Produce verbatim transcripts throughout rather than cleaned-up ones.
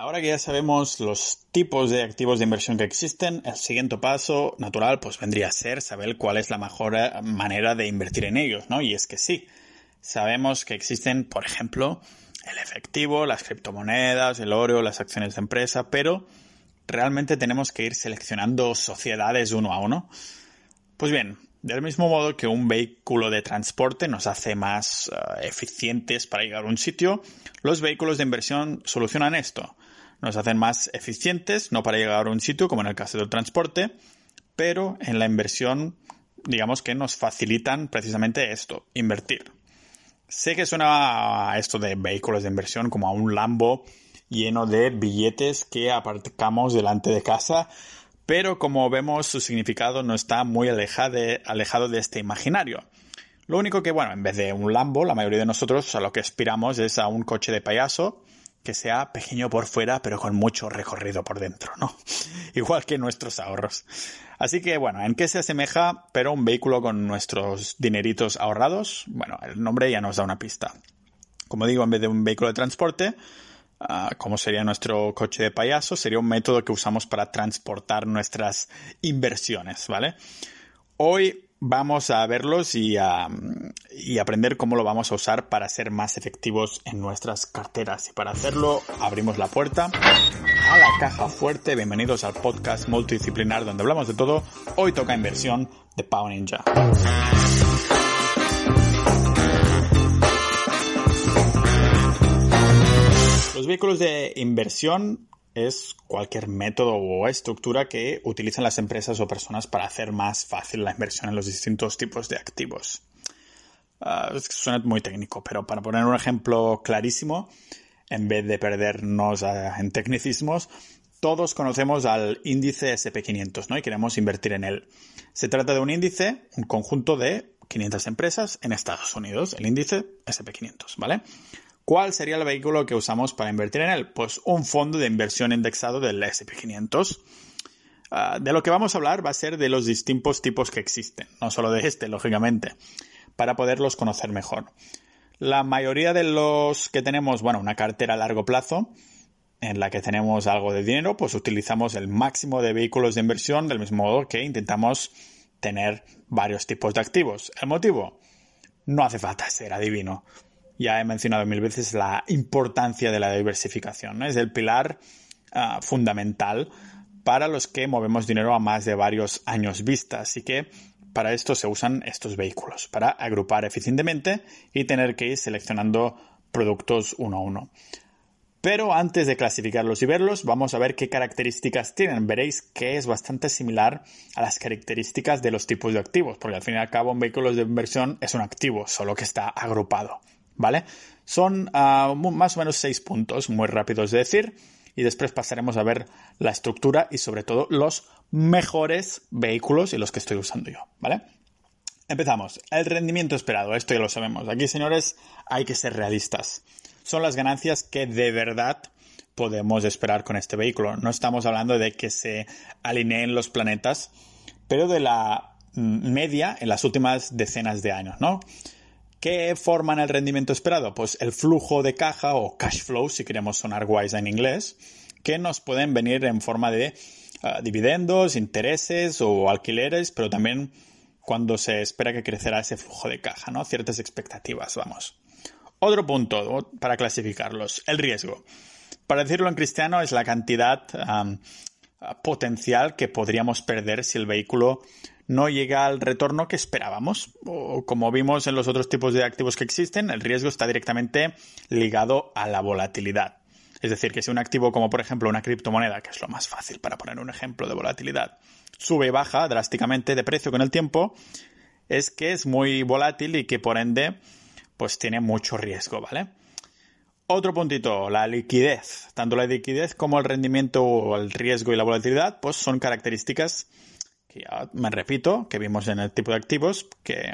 Ahora que ya sabemos los tipos de activos de inversión que existen, el siguiente paso natural pues vendría a ser saber cuál es la mejor manera de invertir en ellos, ¿no? Y es que sí, sabemos que existen, por ejemplo, el efectivo, las criptomonedas, el oro, las acciones de empresa, pero realmente tenemos que ir seleccionando sociedades uno a uno. Pues bien, del mismo modo que un vehículo de transporte nos hace más uh, eficientes para llegar a un sitio, los vehículos de inversión solucionan esto. Nos hacen más eficientes, no para llegar a un sitio, como en el caso del transporte, pero en la inversión, digamos que nos facilitan precisamente esto, invertir. Sé que suena a esto de vehículos de inversión como a un Lambo lleno de billetes que aparcamos delante de casa, pero como vemos su significado no está muy alejado de, alejado de este imaginario. Lo único que, bueno, en vez de un Lambo, la mayoría de nosotros a lo que aspiramos es a un coche de payaso que sea pequeño por fuera, pero con mucho recorrido por dentro, ¿no? Igual que nuestros ahorros. Así que, bueno, ¿en qué se asemeja, pero un vehículo con nuestros dineritos ahorrados? Bueno, el nombre ya nos da una pista. Como digo, en vez de un vehículo de transporte, uh, como sería nuestro coche de payaso, sería un método que usamos para transportar nuestras inversiones, ¿vale? Hoy vamos a verlos y a, y aprender cómo lo vamos a usar para ser más efectivos en nuestras carteras. Y para hacerlo, abrimos la puerta a la caja fuerte. Bienvenidos al podcast multidisciplinar donde hablamos de todo. Hoy toca inversión de Pau Ninja. Los vehículos de inversión es cualquier método o estructura que utilizan las empresas o personas para hacer más fácil la inversión en los distintos tipos de activos. Uh, suena muy técnico, pero para poner un ejemplo clarísimo, en vez de perdernos uh, en tecnicismos, todos conocemos al índice ese and pe quinientos, ¿no? Y queremos invertir en él. Se trata de un índice, un conjunto de quinientas empresas en Estados Unidos, el índice ese and pe quinientos, ¿vale? ¿Cuál sería el vehículo que usamos para invertir en él? Pues un fondo de inversión indexado del ese and pe quinientos. Uh, de lo que vamos a hablar va a ser de los distintos tipos que existen, no solo de este, lógicamente, para poderlos conocer mejor. La mayoría de los que tenemos, bueno, una cartera a largo plazo, en la que tenemos algo de dinero, pues utilizamos el máximo de vehículos de inversión del mismo modo que intentamos tener varios tipos de activos. ¿El motivo? No hace falta ser adivino. Ya he mencionado mil veces la importancia de la diversificación, ¿no? Es el pilar uh, fundamental para los que movemos dinero a más de varios años vista. Así que para esto se usan estos vehículos, para agrupar eficientemente y tener que ir seleccionando productos uno a uno. Pero antes de clasificarlos y verlos, vamos a ver qué características tienen. Veréis que es bastante similar a las características de los tipos de activos, porque al fin y al cabo un vehículo de inversión es un activo, solo que está agrupado, ¿vale? Son uh, más o menos seis puntos, muy rápidos de decir, y después pasaremos a ver la estructura y sobre todo los mejores vehículos y los que estoy usando yo, ¿vale? Empezamos. El rendimiento esperado, esto ya lo sabemos. Aquí, señores, hay que ser realistas. Son las ganancias que de verdad podemos esperar con este vehículo. No estamos hablando de que se alineen los planetas, pero de la media en las últimas decenas de años, ¿no? ¿Qué forman el rendimiento esperado? Pues el flujo de caja o cash flow, si queremos sonar guays en inglés, que nos pueden venir en forma de uh, dividendos, intereses o alquileres, pero también cuando se espera que crecerá ese flujo de caja, ¿no? Ciertas expectativas, vamos. Otro punto para clasificarlos, el riesgo. Para decirlo en cristiano, es la cantidad um, potencial que podríamos perder si el vehículo no llega al retorno que esperábamos. O como vimos en los otros tipos de activos que existen, el riesgo está directamente ligado a la volatilidad. Es decir, que si un activo como por ejemplo una criptomoneda, que es lo más fácil para poner un ejemplo de volatilidad, sube y baja drásticamente de precio con el tiempo, es que es muy volátil y que por ende pues tiene mucho riesgo, ¿vale? Otro puntito, la liquidez. Tanto la liquidez como el rendimiento, el riesgo y la volatilidad, pues son características que ya me repito, que vimos en el tipo de activos, que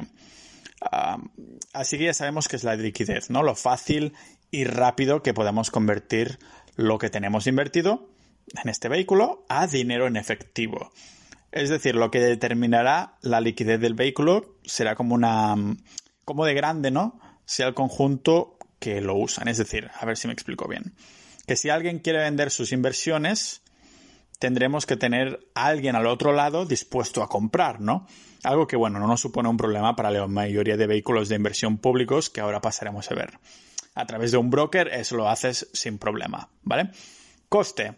uh, así que ya sabemos que es la liquidez, ¿no? Lo fácil y rápido que podemos convertir lo que tenemos invertido en este vehículo a dinero en efectivo. Es decir, lo que determinará la liquidez del vehículo será como una, como de grande, ¿no? Sea el conjunto que lo usan. Es decir, a ver si me explico bien. que si alguien quiere vender sus inversiones, tendremos que tener a alguien al otro lado dispuesto a comprar, ¿no? Algo que, bueno, no nos supone un problema para la mayoría de vehículos de inversión públicos que ahora pasaremos a ver. A través de un broker eso lo haces sin problema, ¿vale? Coste.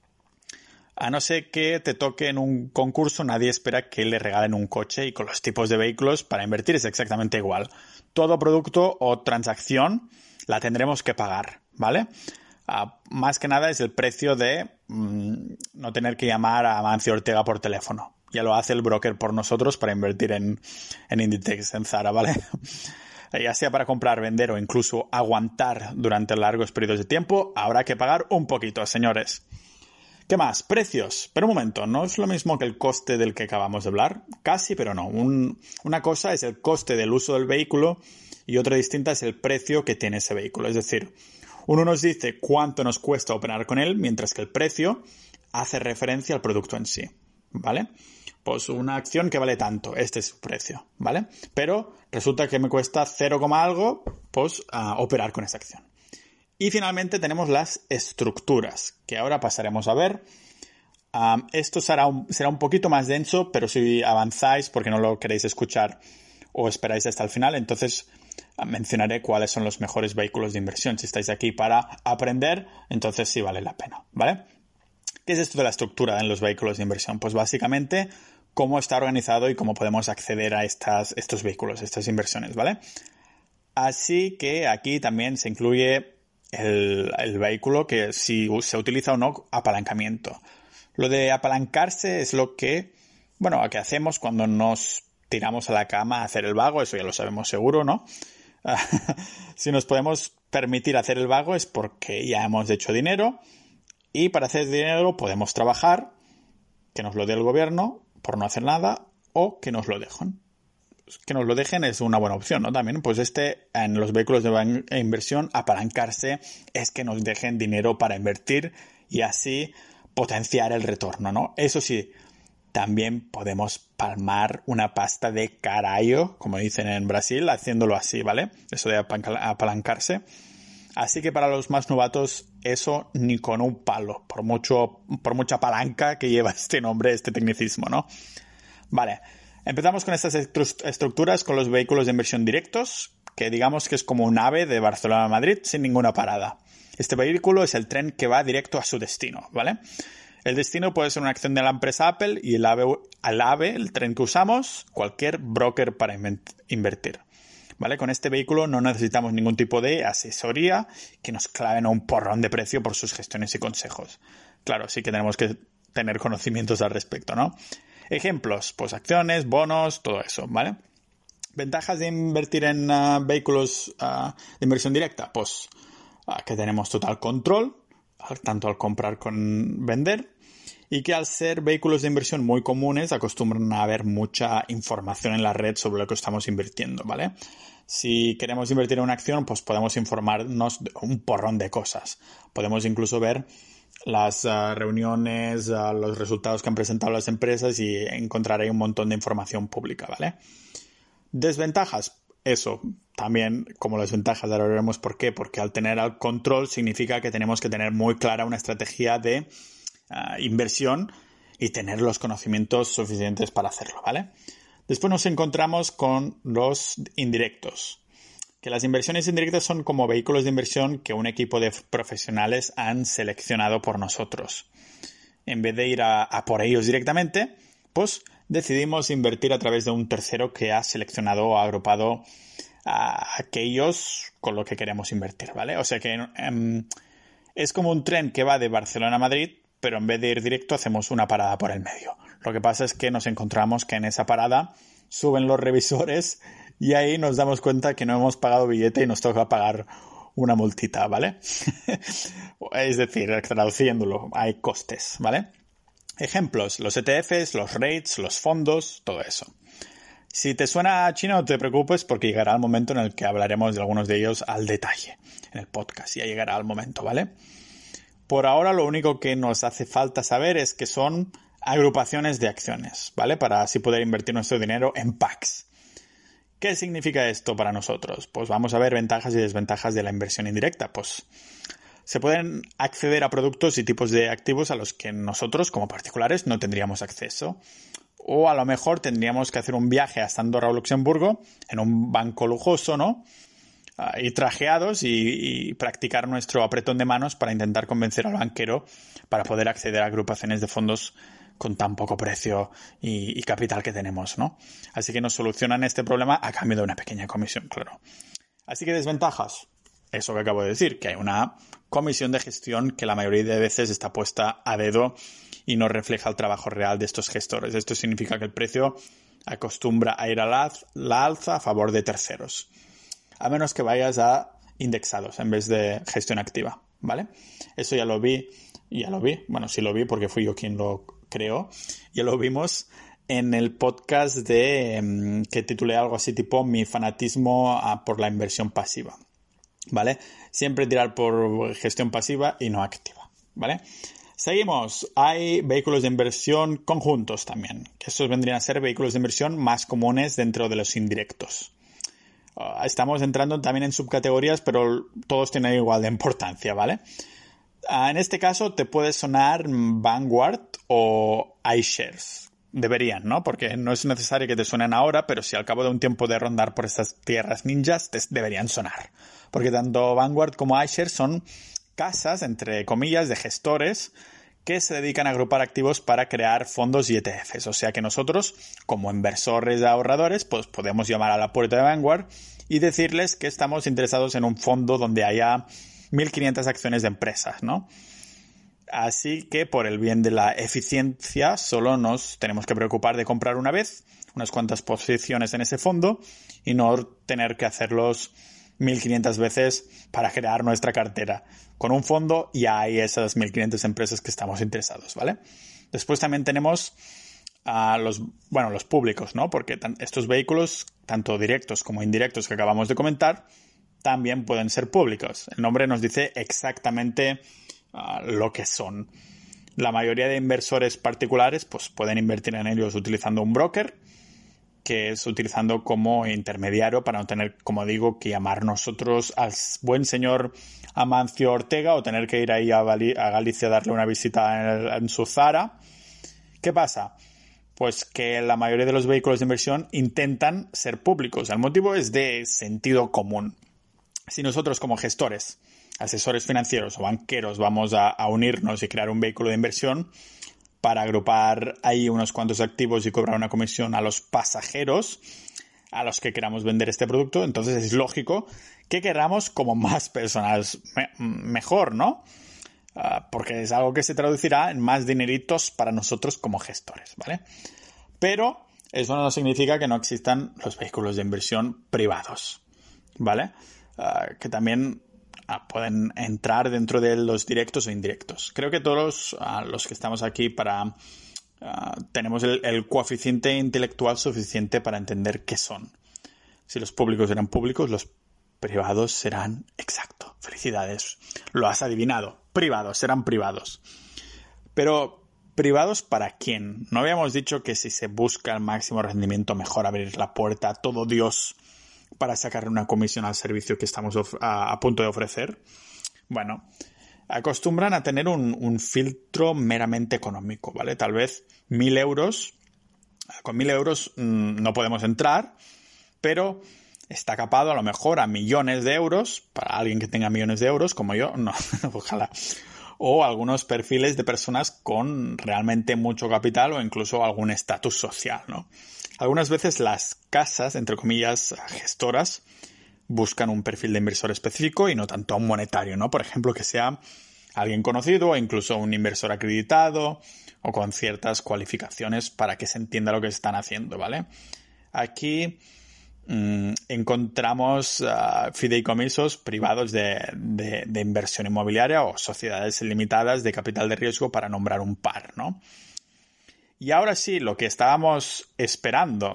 A no ser que te toque en un concurso, nadie espera que le regalen un coche, y con los tipos de vehículos para invertir es exactamente igual. Todo producto o transacción la tendremos que pagar, ¿vale? Uh, más que nada es el precio de mmm, no tener que llamar a Amancio Ortega por teléfono. Ya lo hace el broker por nosotros para invertir en, en Inditex, en Zara, ¿vale? Ya sea para comprar, vender o incluso aguantar durante largos periodos de tiempo, habrá que pagar un poquito, señores. ¿Qué más? Precios. Pero un momento, ¿no es lo mismo que el coste del que acabamos de hablar? Casi, pero no. Un, una cosa es el coste del uso del vehículo y otra distinta es el precio que tiene ese vehículo. Es decir, uno nos dice cuánto nos cuesta operar con él, mientras que el precio hace referencia al producto en sí, ¿vale? Pues una acción que vale tanto, este es su precio, ¿vale? Pero resulta que me cuesta cero, algo, pues uh, operar con esa acción. Y finalmente tenemos las estructuras, que ahora pasaremos a ver. Um, esto será un, será un poquito más denso, pero si avanzáis porque no lo queréis escuchar o esperáis hasta el final, entonces uh, mencionaré cuáles son los mejores vehículos de inversión. Si estáis aquí para aprender, entonces sí vale la pena, ¿vale? ¿Qué es esto de la estructura en los vehículos de inversión? Pues básicamente cómo está organizado y cómo podemos acceder a estas, estos vehículos, estas inversiones, ¿vale? Así que aquí también se incluye El, el vehículo, que si se utiliza o no apalancamiento. Lo de apalancarse es lo que, bueno, lo que hacemos cuando nos tiramos a la cama a hacer el vago, eso ya lo sabemos seguro, ¿no? Si nos podemos permitir hacer el vago es porque ya hemos hecho dinero, y para hacer dinero podemos trabajar, que nos lo dé el gobierno por no hacer nada, o que nos lo dejen. Que nos lo dejen es una buena opción, ¿no? También, pues este, en los vehículos de inversión, apalancarse es que nos dejen dinero para invertir y así potenciar el retorno, ¿no? Eso sí, también podemos palmar una pasta de carallo, como dicen en Brasil, haciéndolo así, ¿vale? Eso de apalancarse. Así que para los más novatos, eso ni con un palo, por mucho, por mucha palanca que lleva este nombre, este tecnicismo, ¿no? Vale. Empezamos con estas estructuras con los vehículos de inversión directos, que digamos que es como un AVE de Barcelona a Madrid sin ninguna parada. Este vehículo es el tren que va directo a su destino, ¿vale? El destino puede ser una acción de la empresa Apple y el AVE, al AVE, el tren que usamos, cualquier broker para invertir, ¿vale? Con este vehículo no necesitamos ningún tipo de asesoría que nos claven a un porrón de precio por sus gestiones y consejos. Claro, sí que tenemos que tener conocimientos al respecto, ¿no? Ejemplos, pues acciones, bonos, todo eso, ¿vale? Ventajas de invertir en uh, vehículos uh, de inversión directa, pues uh, que tenemos total control, tanto al comprar como vender, y que al ser vehículos de inversión muy comunes acostumbran a haber mucha información en la red sobre lo que estamos invirtiendo, ¿vale? Si queremos invertir en una acción, pues podemos informarnos de un porrón de cosas. Podemos incluso ver las uh, reuniones, uh, los resultados que han presentado las empresas y encontrar ahí un montón de información pública, ¿vale? Desventajas, eso, también como las ventajas, ahora veremos por qué, porque al tener el control significa que tenemos que tener muy clara una estrategia de uh, inversión y tener los conocimientos suficientes para hacerlo, ¿vale? Después nos encontramos con los indirectos, que las inversiones indirectas son como vehículos de inversión que un equipo de profesionales han seleccionado por nosotros. En vez de ir a, a por ellos directamente, pues decidimos invertir a través de un tercero que ha seleccionado o agrupado a aquellos con lo que queremos invertir, ¿vale? O sea que um, es como un tren que va de Barcelona a Madrid, pero en vez de ir directo hacemos una parada por el medio. Lo que pasa es que nos encontramos que en esa parada suben los revisores y ahí nos damos cuenta que no hemos pagado billete y nos toca pagar una multita, ¿vale? Es decir, traduciéndolo, hay costes, ¿vale? Ejemplos, los E T Fs, los rates, los fondos, todo eso. Si te suena chino, no te preocupes porque llegará el momento en el que hablaremos de algunos de ellos al detalle en el podcast. Ya llegará el momento, ¿vale? Por ahora lo único que nos hace falta saber es que son agrupaciones de acciones, ¿vale? Para así poder invertir nuestro dinero en packs. ¿Qué significa esto para nosotros? Pues vamos a ver ventajas y desventajas de la inversión indirecta. Pues se pueden acceder a productos y tipos de activos a los que nosotros, como particulares, no tendríamos acceso. O a lo mejor tendríamos que hacer un viaje hasta Andorra o Luxemburgo en un banco lujoso, ¿no? Uh, ir trajeados y, y practicar nuestro apretón de manos para intentar convencer al banquero para poder acceder a agrupaciones de fondos con tan poco precio y, y capital que tenemos, ¿no? Así que nos solucionan este problema a cambio de una pequeña comisión, claro. Así que desventajas. Eso que acabo de decir, que hay una comisión de gestión que la mayoría de veces está puesta a dedo y no refleja el trabajo real de estos gestores. Esto significa que el precio acostumbra a ir a la, la alza a favor de terceros, a menos que vayas a indexados en vez de gestión activa, ¿vale? Eso ya lo vi, ya lo vi, bueno, sí lo vi porque fui yo quien lo creó, ya lo vimos en el podcast de que titulé algo así tipo Mi fanatismo por la inversión pasiva, ¿vale? Siempre tirar por gestión pasiva y no activa, ¿vale? Seguimos. Hay vehículos de inversión conjuntos también, que estos vendrían a ser vehículos de inversión más comunes dentro de los indirectos. Uh, estamos entrando también en subcategorías, pero todos tienen igual de importancia, ¿vale? Uh, en este caso te puede sonar Vanguard o iShares. Deberían, ¿no? Porque no es necesario que te suenen ahora, pero si al cabo de un tiempo de rondar por estas tierras ninjas, te deberían sonar. Porque tanto Vanguard como iShares son casas, entre comillas, de gestores que se dedican a agrupar activos para crear fondos y E T Fs. O sea que nosotros, como inversores y ahorradores, pues podemos llamar a la puerta de Vanguard y decirles que estamos interesados en un fondo donde haya mil quinientas acciones de empresas, ¿no? Así que por el bien de la eficiencia solo nos tenemos que preocupar de comprar una vez unas cuantas posiciones en ese fondo y no tener que hacerlos mil quinientas veces para crear nuestra cartera. Con un fondo ya hay esas mil quinientas empresas que estamos interesados, ¿vale? Después también tenemos a los, bueno, los públicos, ¿no? Porque t- estos vehículos, tanto directos como indirectos que acabamos de comentar, también pueden ser públicos. El nombre nos dice exactamente uh, lo que son. La mayoría de inversores particulares pues pueden invertir en ellos utilizando un broker, que es utilizando como intermediario para no tener, como digo, que llamar nosotros al buen señor Amancio Ortega o tener que ir ahí a, Bali- a Galicia a darle una visita en, el, en su Zara. ¿Qué pasa? Pues que la mayoría de los vehículos de inversión intentan ser públicos. El motivo es de sentido común. Si nosotros como gestores, asesores financieros o banqueros vamos a, a unirnos y crear un vehículo de inversión para agrupar ahí unos cuantos activos y cobrar una comisión a los pasajeros a los que queramos vender este producto, entonces es lógico que queramos como más personas me- mejor, ¿no? Uh, porque es algo que se traducirá en más dineritos para nosotros como gestores, ¿vale? Pero eso no significa que no existan los vehículos de inversión privados, ¿vale? Uh, que también uh, pueden entrar dentro de los directos o indirectos. Creo que todos uh, los que estamos aquí para uh, tenemos el, el coeficiente intelectual suficiente para entender qué son. Si los públicos eran públicos, los privados serán exacto. Felicidades. Lo has adivinado. Privados serán privados. Pero ¿privados para quién? ¿No habíamos dicho que si se busca el máximo rendimiento mejor abrir la puerta a todo Dios para sacarle una comisión al servicio que estamos a, a punto de ofrecer? Bueno, acostumbran a tener un, un filtro meramente económico, ¿vale? Tal vez mil euros. Con mil euros mmm, no podemos entrar, pero está capado a lo mejor a millones de euros, para alguien que tenga millones de euros, como yo, no, ojalá. O algunos perfiles de personas con realmente mucho capital o incluso algún estatus social, ¿no? Algunas veces las casas, entre comillas, gestoras, buscan un perfil de inversor específico y no tanto un monetario, ¿no? Por ejemplo, que sea alguien conocido o incluso un inversor acreditado o con ciertas cualificaciones para que se entienda lo que están haciendo, ¿vale? Aquí mmm, encontramos uh, fideicomisos privados de, de, de inversión inmobiliaria o sociedades limitadas de capital de riesgo, para nombrar un par, ¿no? Y ahora sí, lo que estábamos esperando.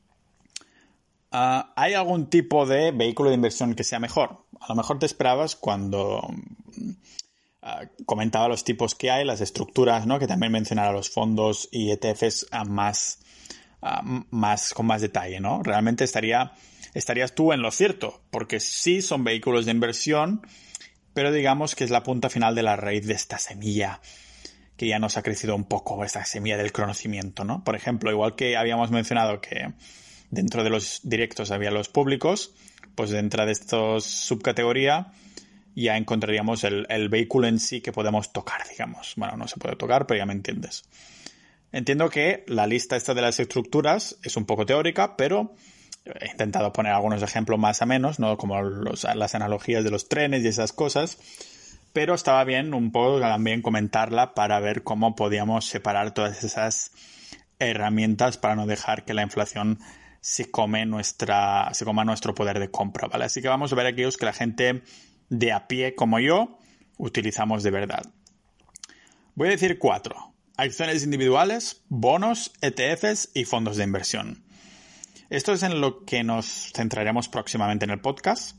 Uh, ¿Hay algún tipo de vehículo de inversión que sea mejor? A lo mejor te esperabas cuando uh, comentaba los tipos que hay, las estructuras, ¿no? Que también mencionara los fondos y E T Fs uh, más, uh, más, con más detalle, ¿no? Realmente estaría, estarías tú en lo cierto, porque sí son vehículos de inversión pero digamos que es la punta final de la raíz de esta semilla que ya nos ha crecido un poco, esta semilla del conocimiento, ¿no? Por ejemplo, igual que habíamos mencionado que dentro de los directos había los públicos, pues dentro de esta subcategoría ya encontraríamos el, el vehículo en sí que podemos tocar, digamos. Bueno, no se puede tocar, pero ya me entiendes. Entiendo que la lista esta de las estructuras es un poco teórica, pero he intentado poner algunos ejemplos más o menos, ¿no? Como los, las analogías de los trenes y esas cosas, pero estaba bien un poco también comentarla para ver cómo podíamos separar todas esas herramientas para no dejar que la inflación se come nuestra, se coma nuestro poder de compra, ¿vale? Así que vamos a ver aquellos que la gente de a pie como yo utilizamos de verdad. Voy a decir cuatro. Acciones individuales, bonos, E T Fs y fondos de inversión. Esto es en lo que nos centraremos próximamente en el podcast.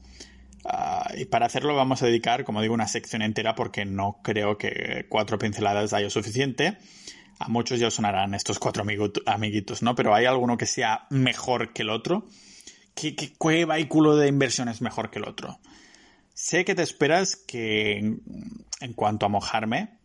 Uh, y para hacerlo vamos a dedicar, como digo, una sección entera porque no creo que cuatro pinceladas haya suficiente. A muchos ya os sonarán estos cuatro amiguitos, ¿no? Pero ¿hay alguno que sea mejor que el otro? ¿Qué, qué, qué vehículo de inversión es mejor que el otro? Sé que te esperas que en, en cuanto a mojarme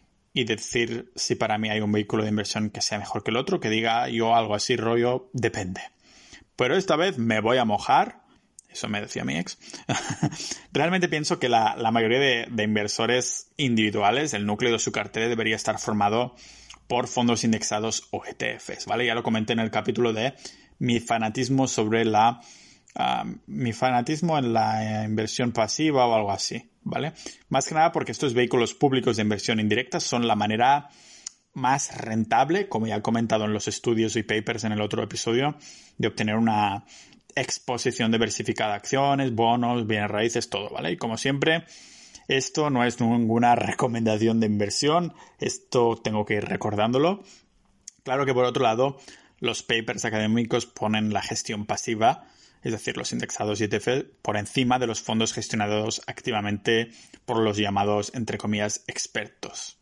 y decir si para mí hay un vehículo de inversión que sea mejor que el otro, que diga yo algo así rollo, depende. Pero esta vez me voy a mojar, eso me decía mi ex. Realmente pienso que la, la mayoría de, de inversores individuales, el núcleo de su cartera debería estar formado por fondos indexados o E T Fs, ¿vale? Ya lo comenté en el capítulo de mi fanatismo sobre la... Uh, mi fanatismo en la inversión pasiva o algo así, ¿vale? Más que nada porque estos vehículos públicos de inversión indirecta son la manera más rentable, como ya he comentado en los estudios y papers en el otro episodio, de obtener una exposición diversificada a acciones, bonos, bienes raíces, todo, ¿vale? Y como siempre, esto no es ninguna recomendación de inversión, esto tengo que ir recordándolo. Claro que por otro lado, los papers académicos ponen la gestión pasiva, es decir, los indexados y E T F, por encima de los fondos gestionados activamente por los llamados, entre comillas, expertos.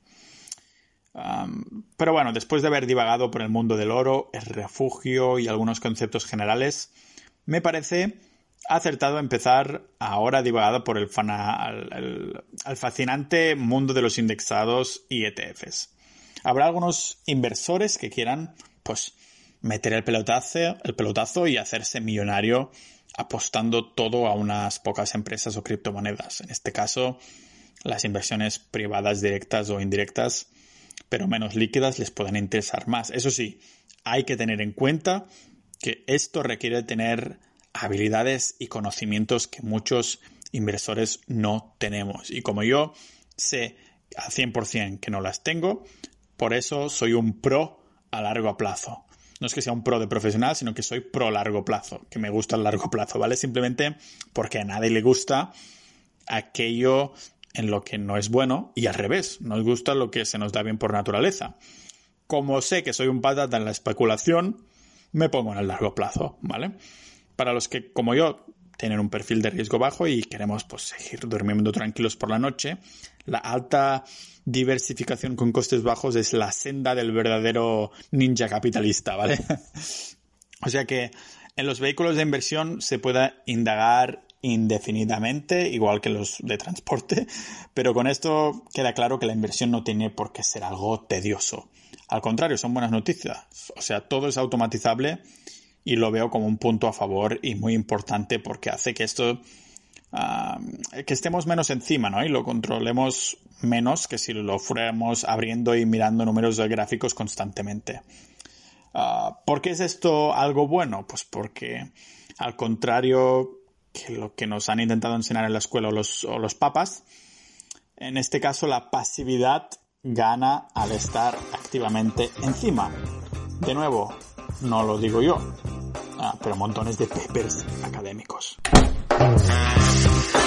Um, pero bueno, después de haber divagado por el mundo del oro, el refugio y algunos conceptos generales, me parece acertado empezar ahora divagado por el, fana, el, el, el fascinante mundo de los indexados y E T Fs. Habrá algunos inversores que quieran, pues, meter el pelotazo, el pelotazo y hacerse millonario apostando todo a unas pocas empresas o criptomonedas. En este caso, las inversiones privadas directas o indirectas, pero menos líquidas, les pueden interesar más. Eso sí, hay que tener en cuenta que esto requiere tener habilidades y conocimientos que muchos inversores no tenemos. Y como yo sé al cien por ciento que no las tengo, por eso soy un pro a largo plazo. No es que sea un pro de profesional, sino que soy pro largo plazo, que me gusta el largo plazo, ¿vale? Simplemente porque a nadie le gusta aquello en lo que no es bueno y al revés, nos gusta lo que se nos da bien por naturaleza. Como sé que soy un patata en la especulación, me pongo en el largo plazo, ¿vale? Para los que, como yo, tienen un perfil de riesgo bajo y queremos pues seguir durmiendo tranquilos por la noche, la alta diversificación con costes bajos es la senda del verdadero ninja capitalista, ¿vale? O sea que en los vehículos de inversión se puede indagar indefinidamente, igual que los de transporte, pero con esto queda claro que la inversión no tiene por qué ser algo tedioso. Al contrario, son buenas noticias. O sea, todo es automatizable y lo veo como un punto a favor y muy importante porque hace que esto... Uh, que estemos menos encima, ¿no? Y lo controlemos menos que si lo fuéramos abriendo y mirando números gráficos constantemente. Uh, ¿Por qué es esto algo bueno? Pues porque, al contrario que lo que nos han intentado enseñar en la escuela o los, o los papas, en este caso la pasividad gana al estar activamente encima. De nuevo, no lo digo yo, uh, pero montones de papers académicos.